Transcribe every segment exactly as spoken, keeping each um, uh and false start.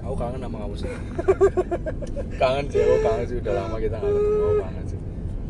Aku kangen sama kamu sih. Kangen sih, aku kangen sih. Udah lama kita nggak ketemu, aku kangen sih.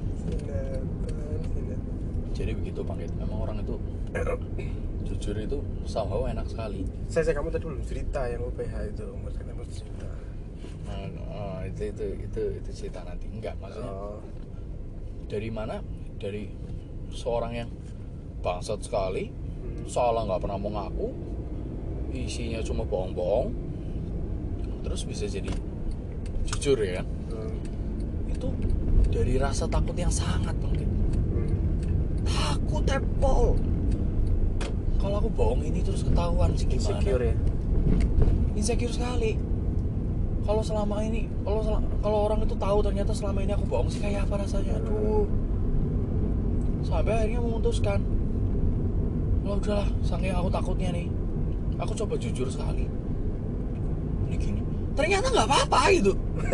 Jadi begitu Bangkit. Memang orang itu jujur itu somehow enak sekali. Saya, saya kamu tadi belum cerita yang U P H itu, umur kamu cerita. Nah, oh, itu itu itu itu cerita nanti enggak maksudnya. Oh. Dari mana? Dari seorang yang bangsat sekali, Hmm. salah nggak pernah mau ngaku, isinya cuma bohong-bohong, terus bisa jadi jujur ya kan? Hmm. Itu dari rasa takut yang sangat Bangkit. Hmm. Takut tepol. Kalau aku bohong ini terus ketahuan sih gimana? Insecure ya. Insecure sekali. Kalau selama ini, kalau kalau orang itu tahu ternyata selama ini aku bohong sih kayak apa rasanya? Aduh. Sampai akhirnya memutuskan. Kalau udahlah, saking aku takutnya nih, aku coba jujur sekali. Ini gini. Ternyata nggak apa-apa gitu.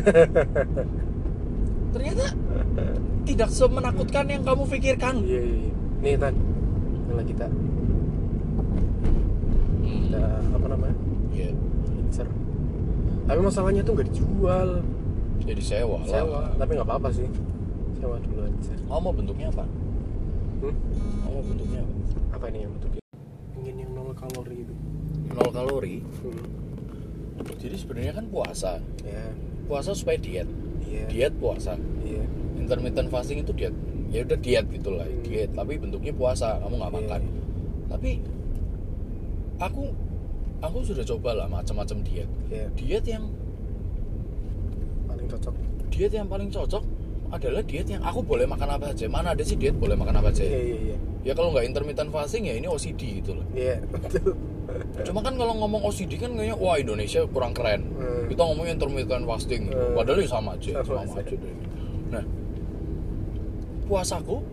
Ternyata tidak semenakutkan yang kamu pikirkan. Iya, iya, iya. Nih Tan, yang kita Hmm. kita apa namanya? Iya. Incer. Tapi masalahnya tuh nggak dijual, Jadi sewa lah. sewa. Tapi nggak apa-apa sih, sewa dulu aja. Kamu mau bentuknya apa? Hmm? Kamu mau bentuknya apa? Apa ini yang bentuknya? Ingin yang nol kalori itu. Nol kalori. Hmm. Jadi sebenarnya kan puasa. Ya, Puasa supaya diet. iya. Diet puasa. Iya. Intermittent fasting itu diet. Ya udah diet gitulah, Hmm. diet. Tapi bentuknya puasa, kamu nggak Iya. makan. Tapi aku aku sudah coba lah macam-macam diet. Iya. Diet yang Paling cocok. diet yang paling cocok adalah diet yang aku boleh makan apa aja. Mana ada sih diet boleh makan apa aja? Iya, iya, iya. Ya kalau nggak intermittent fasting ya ini O C D gitu loh. Iya, betul. Cuma kan kalau ngomong O C D kan kayaknya wah Indonesia kurang keren. Hmm. Kita ngomongin intermittent fasting, Hmm. padahal ya sama aja, Sama sama, aja. aja deh. Nah, puasaku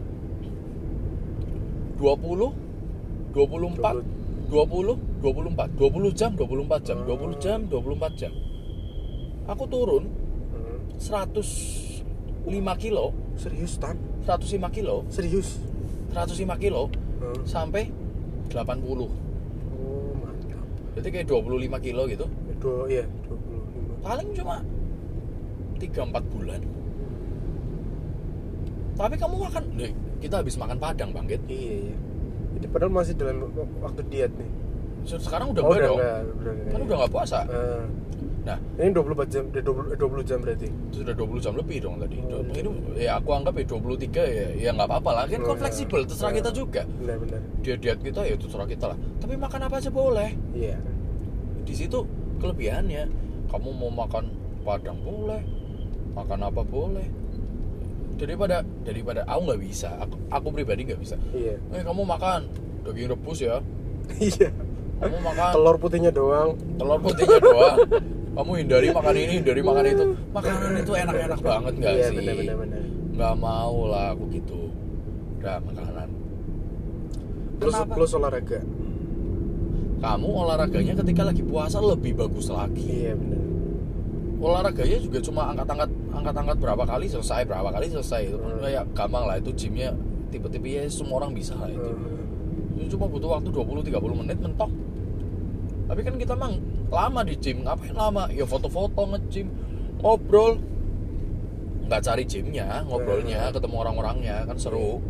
dua puluh, dua puluh empat, dua puluh, dua puluh empat, dua puluh jam, dua puluh empat jam, dua puluh jam, dua puluh empat jam. Aku turun Hmm. seratus lima kilo, Serius Tan? seratus lima kilo, Serius? seratus lima kilo Hmm. sampai delapan puluh. Oh mantap. Jadi kayak dua puluh lima kilo gitu. Dua, iya dua puluh lima. Paling cuma tiga empat bulan. Tapi kamu makan, nih, kita habis makan Padang Bangkit. Iya, iya. Itu padahal masih dalam waktu diet nih. Sekarang udah Oh, enggak udah dong. enggak, udah enggak. Kan udah enggak puasa. Eh, Nah, ini dua puluh empat jam, eh, dua puluh, dua puluh jam berarti. sudah dua puluh jam lebih dong tadi. Oh, Ini iya. ya aku anggap ya dua puluh tiga ya ya enggak apa-apa lah. Kan Oh, kan fleksibel, terserah iya. kita juga. Benar-benar. Diet-diet kita ya terserah kita lah. Tapi makan apa aja boleh. Iya. Di situ kelebihannya. Kamu mau makan Padang boleh. Makan apa boleh. Daripada daripada aku nggak bisa. Aku, aku pribadi nggak bisa. Iya. Eh kamu makan daging rebus ya. Iya. Kamu makan Telur putihnya doang. telur putihnya doang. Kamu hindari makan ini, hindari makan itu. Makanan itu enak-enak banget nggak Iya, sih? benar-benar benar. Nggak mau lah aku gitu. Udah makanan. Plus Kenapa? plus olahraga. Kamu olahraganya ketika lagi puasa lebih bagus lagi. Iya, benar. Olahraganya juga cuma angkat-angkat angkat-angkat berapa kali selesai, berapa kali selesai. Itu kan Hmm. kayak gampang lah itu gymnya tipe-tipe ya semua orang bisa lah itu. Hmm. Itu cuma butuh waktu dua puluh sampai tiga puluh menit mentok. Tapi kan kita mang lama di gym, ngapain lama? Ya foto-foto nge-gym, ngobrol. Nggak cari gymnya, ngobrolnya, ketemu orang-orangnya, kan seru.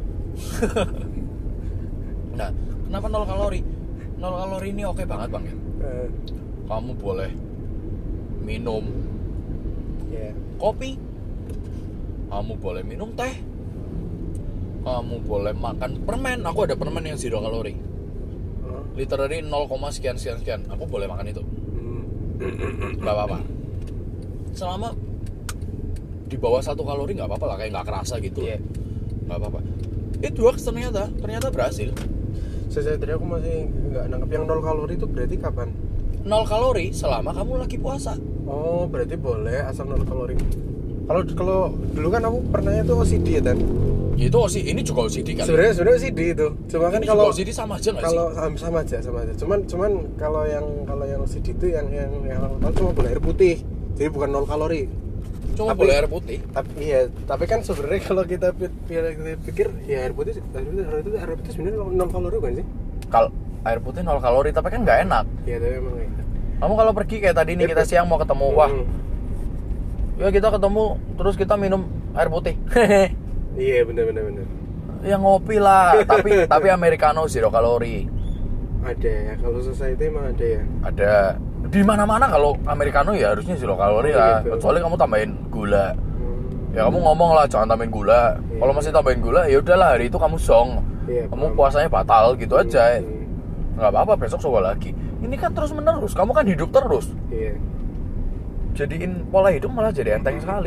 Nah, kenapa nol kalori? Nol kalori ini oke banget Bang ya. Eh, Kamu boleh minum Iya. kopi, kamu boleh minum teh, kamu boleh makan permen. Aku ada permen yang zero kalori, Oh. literally nol, sekian sekian sekian. Aku boleh makan itu, Hmm. nggak apa-apa. Selama di bawah satu kalori nggak apa-apa lah, kayak nggak kerasa gitu, Iya. nggak apa-apa. It works ternyata, ternyata berhasil. Saya tadi aku masih nggak nangkep yang nol kalori itu berarti kapan? Nol kalori selama kamu lagi puasa. Oh, berarti boleh asal nol kalori. Kalau kalau dulu kan aku pernahnya tuh O C D ya kan. Ya itu O C D, ini juga O C D kali. Sebenarnya sebenarnya O C D itu. Cuma kan Ini kalau juga O C D sama aja nggak sih? kalau sama, sama aja sama aja. Cuman cuman kalau yang kalau yang O C D itu yang yang yang aku tahu cuma boleh air putih. Jadi bukan nol kalori. Cuma Tapi- boleh air putih. Tapi iya, tapi kan sebenarnya kalau kita pi- pi- pikir ya air putih air putih air putih, air putih sebenarnya nol kalori bukan sih? Kalau air putih nol kalori tapi kan nggak enak. Iya, tapi emang iya. Kamu kalau pergi kayak tadi nih, kita siang mau ketemu, wah ya kita ketemu terus kita minum air putih. Iya bener bener bener. Ya ngopi lah, tapi tapi americano zero kalori. Ada ya, kalau society emang ada ya. Ada di mana-mana kalau americano ya harusnya zero kalori Oh, lah. gitu. Kecuali kamu tambahin gula. Hmm. Ya kamu ngomong lah jangan tambahin gula. Iya. Kalau masih tambahin gula ya udahlah, hari itu kamu song. Iya, Kamu paham. puasanya batal gitu aja. Hmm. Nggak apa-apa, besok coba lagi. Ini kan terus menerus, kamu kan hidup terus. Iya. Jadiin pola hidup malah jadi enteng sekali.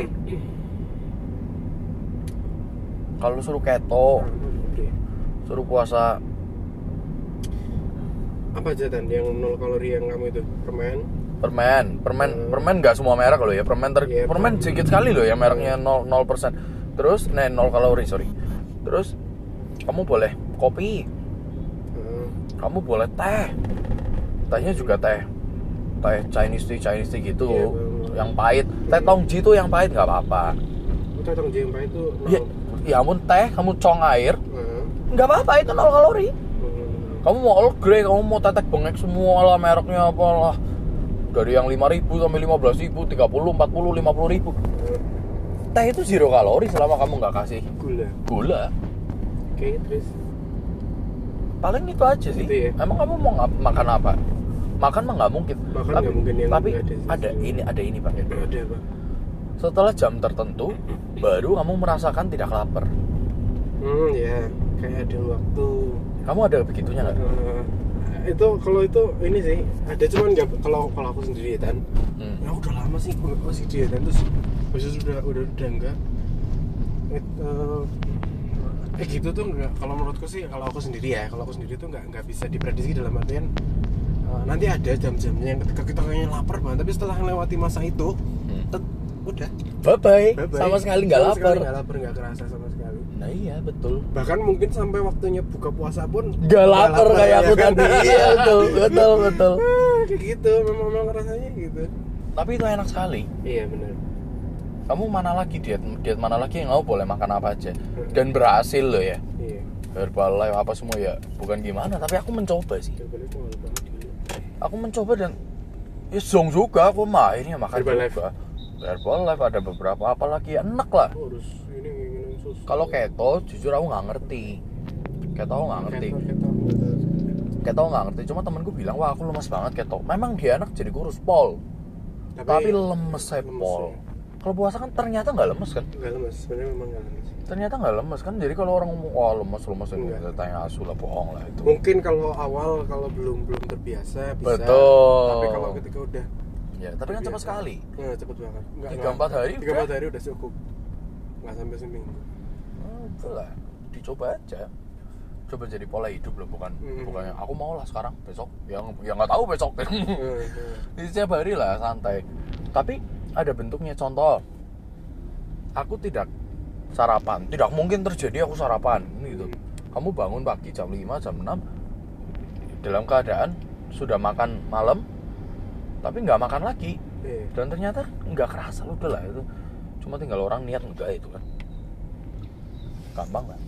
Kalau suruh keto, Oke. suruh puasa, Apa aja Dan yang nol kalori yang kamu itu? Permen? permen, permen, Hmm. permen nggak semua merek loh ya. Permen ter, Iya, permen permen. sedikit sekali loh ya mereknya nol nol persen. Terus, nih nol kalori sorry. Terus kamu boleh kopi, Hmm. kamu boleh teh, tehnya juga teh, teh Chinese tea, Chinese tea gitu, Iya, bener. yang pahit. Teh Tongji tuh yang pahit nggak apa-apa. Kita tong jempa itu nol. Ya, ya ampun teh, kamu cong air, Hmm. nggak apa-apa itu nol kalori. Hmm. Kamu mau Earl Grey, kamu mau tetek bengek semua lah mereknya apalah. Dari yang lima ribu sampai lima belas ribu, tiga puluh, empat puluh, lima puluh ribu. Hmm. Teh itu zero kalori selama kamu nggak kasih Gula. gula. Oke, terus Paling itu aja sih. Itu ya? Emang kamu mau ngap- makan apa? Makan mah nggak mungkin. Makan tapi nggak mungkin yang tapi nggak ada ada, sesuatu. ini ada ini Pak. ada apa? Setelah jam tertentu baru kamu merasakan tidak lapar. Hmm, ya, kayak ada waktu. Kamu ada begitunya nggak? Eh, itu kalau itu ini sih ada, cuman nggak, kalau kalau aku sendiri kan Hmm. ya udah lama sih aku nggak masih diet dan terus besok sudah udah udah enggak eh, eh gitu tuh enggak, kalau menurutku sih, kalau aku sendiri ya kalau aku sendiri tuh nggak nggak bisa diprediksi dalam artian eh, nanti ada jam-jamnya yang ketika kita kayaknya lapar banget, tapi setelah melewati masa itu Hmm. tet- udah Bye bye. bye-bye. Sama sekali nggak Sama lapar. sekali nggak lapar, nggak kerasa sama sekali. Nah iya betul. Bahkan mungkin sampai waktunya buka puasa pun Gak lapar kayak aku ya kan? tadi. Iya betul, betul, betul. Ah, kayak gitu, memang memang rasanya gitu. Tapi itu enak sekali. Iya benar. Kamu mana lagi diet, diet mana lagi yang kamu boleh makan apa aja dan berhasil loh ya. Iya. Herbalife apa semua ya, bukan gimana, tapi aku mencoba sih. Coba lihat mau banget dulu. Aku mencoba dan ya zong juga aku mah akhirnya makan Herbalife. juga. Herbalife ada beberapa, apalagi ya enak lah. Oh, harus ini ini sus. Kalau keto jujur aku nggak ngerti. Keto aku nggak ngerti. Keto, keto, keto. Keto nggak ngerti. Cuma temanku bilang wah aku lemas banget keto. Memang dia enak jadi kurus pol. Tapi, lemes saya lemes pol. ya. Kalau puasa kan ternyata nggak lemes kan? Nggak lemes, sebenarnya memang nggak lemes. Ternyata nggak lemes kan. Jadi kalau orang ngomong wah lemes lemes itu Enggak. tanya asu lah, bohong lah itu. Mungkin kalau awal kalau belum belum terbiasa bisa. Betul. Tapi kalau ketika udah Ya, tapi kan cepat terbiasa, sekali. Nah, cepet banget. Nggak, Tiga nggak- empat hari Tiga udah. empat hari udah cukup. Nggak sampai seminggu. Oh, itulah, dicoba aja. Coba jadi pola hidup loh, bukan Hmm. bukannya aku mau lah sekarang, besok yang yang nggak tahu besok. Hmm, hmm. Jadi setiap hari lah santai. Tapi ada bentuknya, contoh. Aku tidak sarapan, tidak mungkin terjadi aku sarapan gitu. Kamu bangun pagi jam lima, jam enam dalam keadaan sudah makan malam tapi nggak makan lagi. Iya. Dan ternyata nggak kerasa, udah lah itu. Cuma tinggal orang niat enggak itu kan. Gampang lah.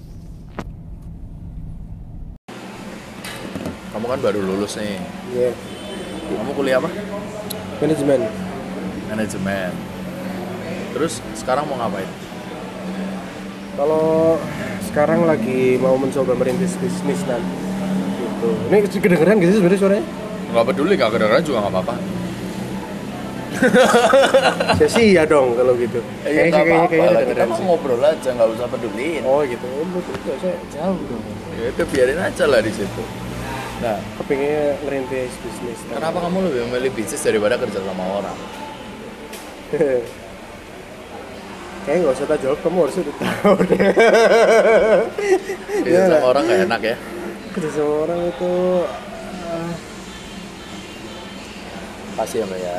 Kamu kan baru lulus nih. Iya. Kamu kuliah apa? Manajemen. Manajemen. Terus sekarang mau ngapain? Kalau sekarang lagi mau mencoba merintis bisnis dan gitu. Ini kedengeran gitu sih sebenarnya suaranya? Nggak peduli, nggak kedengeran juga nggak apa-apa. Ya sih ya dong kalau gitu. Ya, nggak Kayaknya kayaknya apa-apa kayaknya lah, kita kedengeran mau sih. ngobrol aja, nggak usah peduliin. Oh gitu. Oh, betul. Saya jauh dong. Ya udah biarin aja lah di situ. Nah, Kepinginnya ngerintis bisnis. kenapa kamu lebih memilih bisnis daripada kerja sama orang? Kayaknya nggak usah tak jawab, kamu harus udah tahu deh. Kerja sama orang nggak enak ya? Kerja sama orang itu ah, Pasti ya Mbak ya.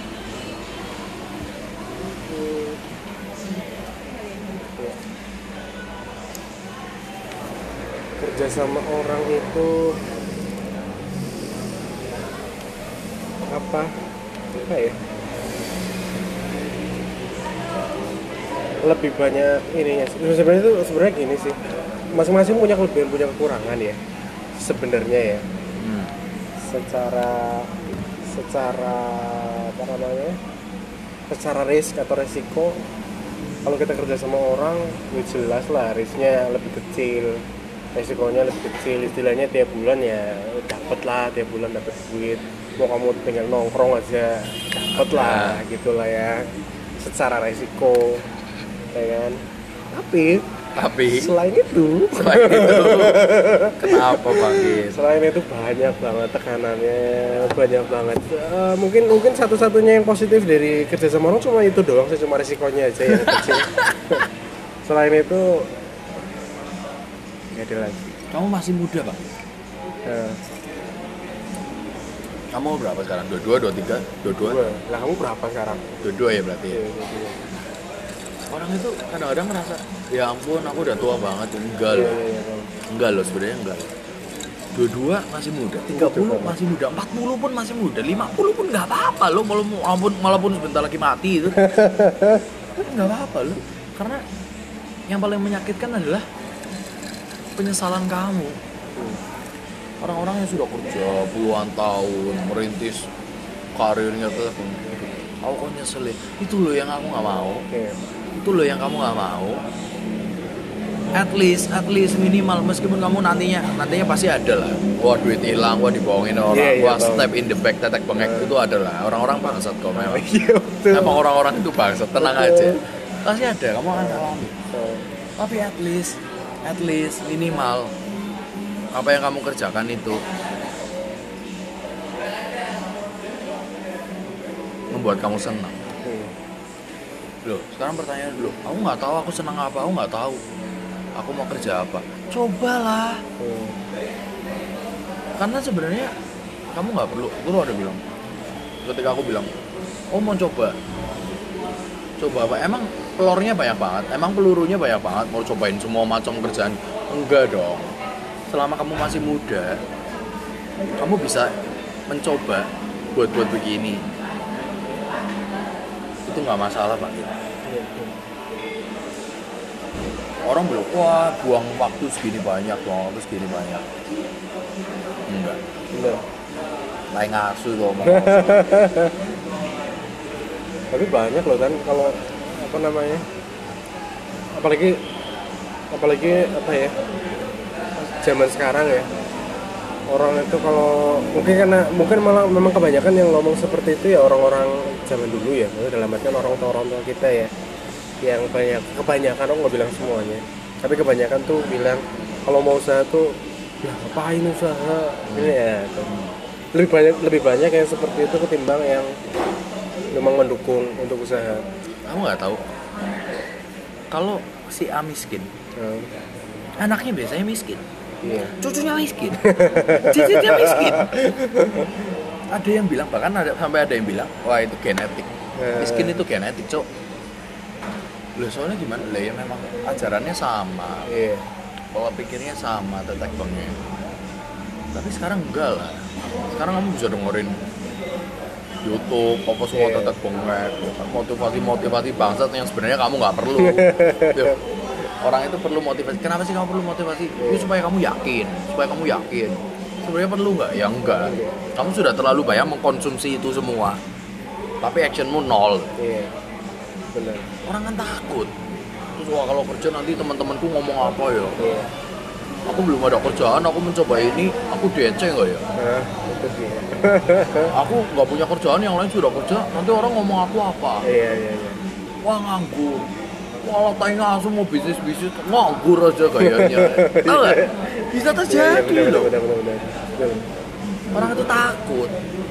kerja sama orang itu apa apa ya, lebih banyak ininya sih. Sebenarnya itu sebenarnya gini sih, masing-masing punya kelebihan punya kekurangan ya sebenarnya ya. Hmm. Secara secara apa namanya secara risk atau resiko, kalau kita kerja sama orang ya jelas lah risknya lebih kecil, resikonya lebih kecil. Istilahnya tiap bulan ya dapat lah, tiap bulan dapat duit, mau kamu tinggal nongkrong aja dapat lah gitulah ya secara resiko ya kan. Tapi Tapi selain itu selain itu kenapa Bang Gis? selain itu banyak banget tekanannya, banyak banget. Uh, mungkin mungkin satu-satunya yang positif dari kerja sama orang cuma itu doang sih, cuma risikonya aja yang kecil. Selain itu nggak ada lagi. Kamu masih muda Bang. Nah, Kamu berapa sekarang? dua puluh dua, dua puluh tiga, dua puluh dua? dua. Lah kamu berapa sekarang? dua puluh dua ya berarti ya? Iya, iya, Orang itu kadang-kadang ngerasa ya ampun aku udah tua banget. Enggak iya, loh. iya, iya. Enggak loh sebenarnya enggak loh. dua puluh dua masih muda, tiga puluh masih muda, empat puluh pun masih muda, lima puluh pun enggak apa-apa loh, walaupun walaupun sebentar lagi mati itu. Enggak apa-apa loh. Karena yang paling menyakitkan adalah penyesalan kamu. Orang-orang yang sudah kerja puluhan tahun, merintis karirnya tuh, aku kok nyeselin. Itu loh yang aku nggak mau. Oke. Itu loh yang kamu nggak mau. At least, at least minimal meskipun kamu nantinya, nantinya pasti ada lah. Wah duit hilang, wah dibohongin orang, Yeah, yeah, wah bang. step in the back, tetek bengek Uh. itu ada lah. Orang-orang bangsat kok memang. Iya betul. Emang orang-orang itu bangsat, tenang aja. Pasti ada, kamu akan alami. Oh, Tapi at least, at least minimal apa yang kamu kerjakan itu membuat kamu senang. hmm. Loh, sekarang pertanyaan dulu, aku nggak tahu aku senang apa, aku nggak tahu aku mau kerja apa. Cobalah, Hmm. karena sebenarnya kamu nggak perlu. Gue ada bilang, ketika aku bilang, oh mau coba, coba apa? Emang pelornya banyak banget, emang pelurunya banyak banget. Mau cobain semua macam kerjaan? Enggak dong. Selama kamu masih muda, kamu bisa mencoba buat-buat begini. Itu nggak masalah Pak. Iya, iya. Orang bilang, wah buang waktu segini banyak, buang waktu segini banyak. Enggak, Bener. lain ngasu tuh ngomong. Tapi banyak loh kan kalau apa namanya, apalagi apalagi apa ya, zaman sekarang ya, orang itu kalau mungkin karena mungkin malah memang kebanyakan yang ngomong seperti itu ya orang-orang zaman dulu ya, dalam artian orang tua orang tua kita ya, yang banyak kebanyakan, aku nggak bilang semuanya, tapi kebanyakan tuh bilang kalau mau usaha tuh ya ngapain usaha ini ya, tuh. lebih banyak lebih banyak yang seperti itu ketimbang yang memang mendukung untuk usaha. Kamu nggak tahu, kalau si A miskin, Hmm. anaknya biasanya miskin, Iya. cucunya miskin, cicitnya miskin. Ada yang bilang, bahkan ada sampai ada yang bilang, wah itu genetik. Miskin itu genetik, cok. Loh soalnya gimana? Lah ya memang ajarannya sama, Iya. pola pikirnya sama, tetek bengek. Tapi sekarang enggak lah. Sekarang kamu bisa dengerin YouTube, apa semua Iya. tetek bengek, motivasi-motivasi bangsat yang sebenarnya kamu nggak perlu. Yo, orang itu perlu motivasi. Kenapa sih kamu perlu motivasi? Ya, supaya kamu yakin, supaya kamu yakin. Sebenarnya perlu nggak? Ya enggak. Kamu sudah terlalu banyak mengkonsumsi itu semua. Tapi actionmu nol. Iya. Benar. Orang kan takut. Terus wah kalau kerja nanti teman-temanku ngomong apa ya? Iya. Aku belum ada kerjaan, aku mencoba ini, aku D C nggak ya? Nah, itu dia. Aku nggak punya kerjaan, yang lain sudah kerja, nanti orang ngomong aku apa? Iya, iya, iya. Wah nganggur. Wah latai ngasu mau bisnis-bisnis, nganggur aja kayaknya. Tahu nggak? Bisa Iya, iya, terjadi benar, loh. benar, benar, benar. Betul. Orang itu takut.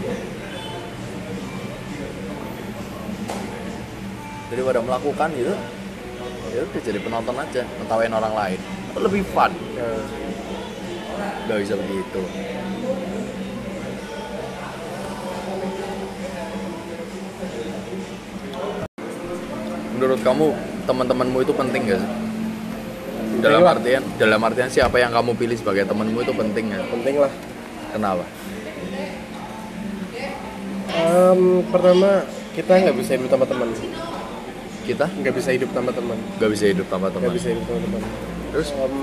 Daripada melakukan gitu, ya udah jadi penonton aja, ngetawain orang lain. Itu lebih fun. Nah, Gak bisa begitu. Menurut kamu teman-temanmu itu penting gak sih? Dalam lah. artian, dalam artian siapa yang kamu pilih sebagai temanmu itu penting gak? penting lah. Kenapa? Em, pertama kita nggak bisa hidup tanpa teman. Kita Nggak bisa hidup tanpa teman. gak bisa hidup tanpa teman. Nggak bisa hidup tanpa teman. Terus Em,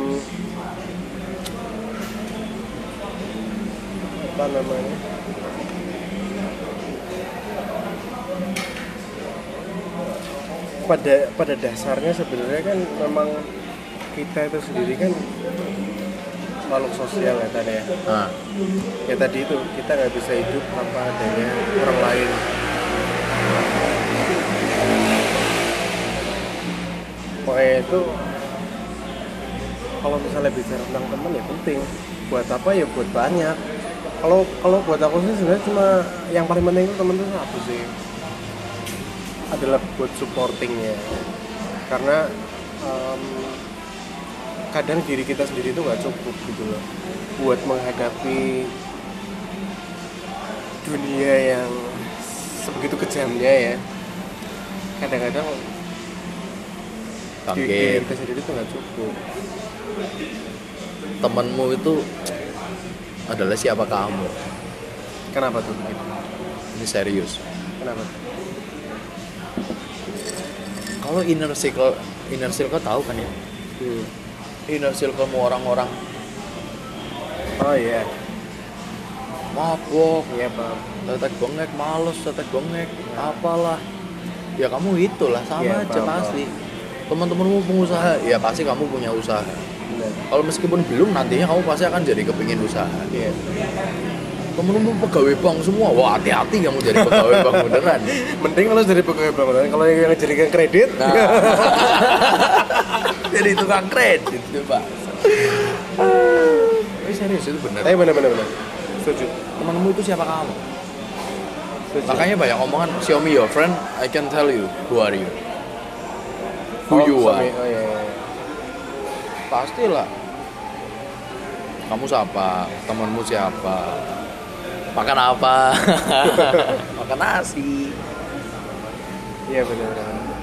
apa namanya? pada pada dasarnya sebenarnya kan memang kita itu sendiri kan makhluk sosial ya tadi ya. Nah, Ya tadi itu kita nggak bisa hidup tanpa adanya orang lain. Makanya itu kalau misalnya bicara tentang teman ya penting. Buat apa ya buat banyak. Kalau kalau buat aku sih sebenarnya cuma yang paling penting itu teman itu satu sih, adalah buat supportingnya. Karena um, kadang diri kita sendiri itu nggak cukup gitu loh buat menghadapi dunia yang sebegitu kejamnya ya. Kadang-kadang diri bangkit. kita sendiri itu nggak cukup. Temenmu itu adalah siapa kamu? Kenapa tuh? Ini serius. Kenapa? Kalau inner circle, inner circle tahu kan ya? Hmm. Inner circle orang-orang Oh iya, mabok, iya paham. tetek bengek, males, tetek bengek, apalah. Ya kamu itulah sama Iya, aja paham, pasti. Teman-temanmu pengusaha, ya pasti kamu punya usaha. Benar. Kalau meskipun belum, nantinya kamu pasti akan jadi kepingin usaha. Iya. Temen-temen pegawai bank semua, wah hati-hati kamu jadi pegawai bank beneran. Mending kalau dari pegawai bangunan, kalau yang jadikan kredit, Nah, jadi tukang kredit tuh pak. Tapi serius itu bener. eh benar-benar benar. Setuju. Temanmu itu siapa kamu? Setuju. Makanya banyak omongan, show me your friend, I can tell you who are you. Who Oh, you are. sorry. Oh iya, iya. Pastilah. Kamu siapa? Temanmu siapa? Makan apa? Makan nasi. Iya benar-benar.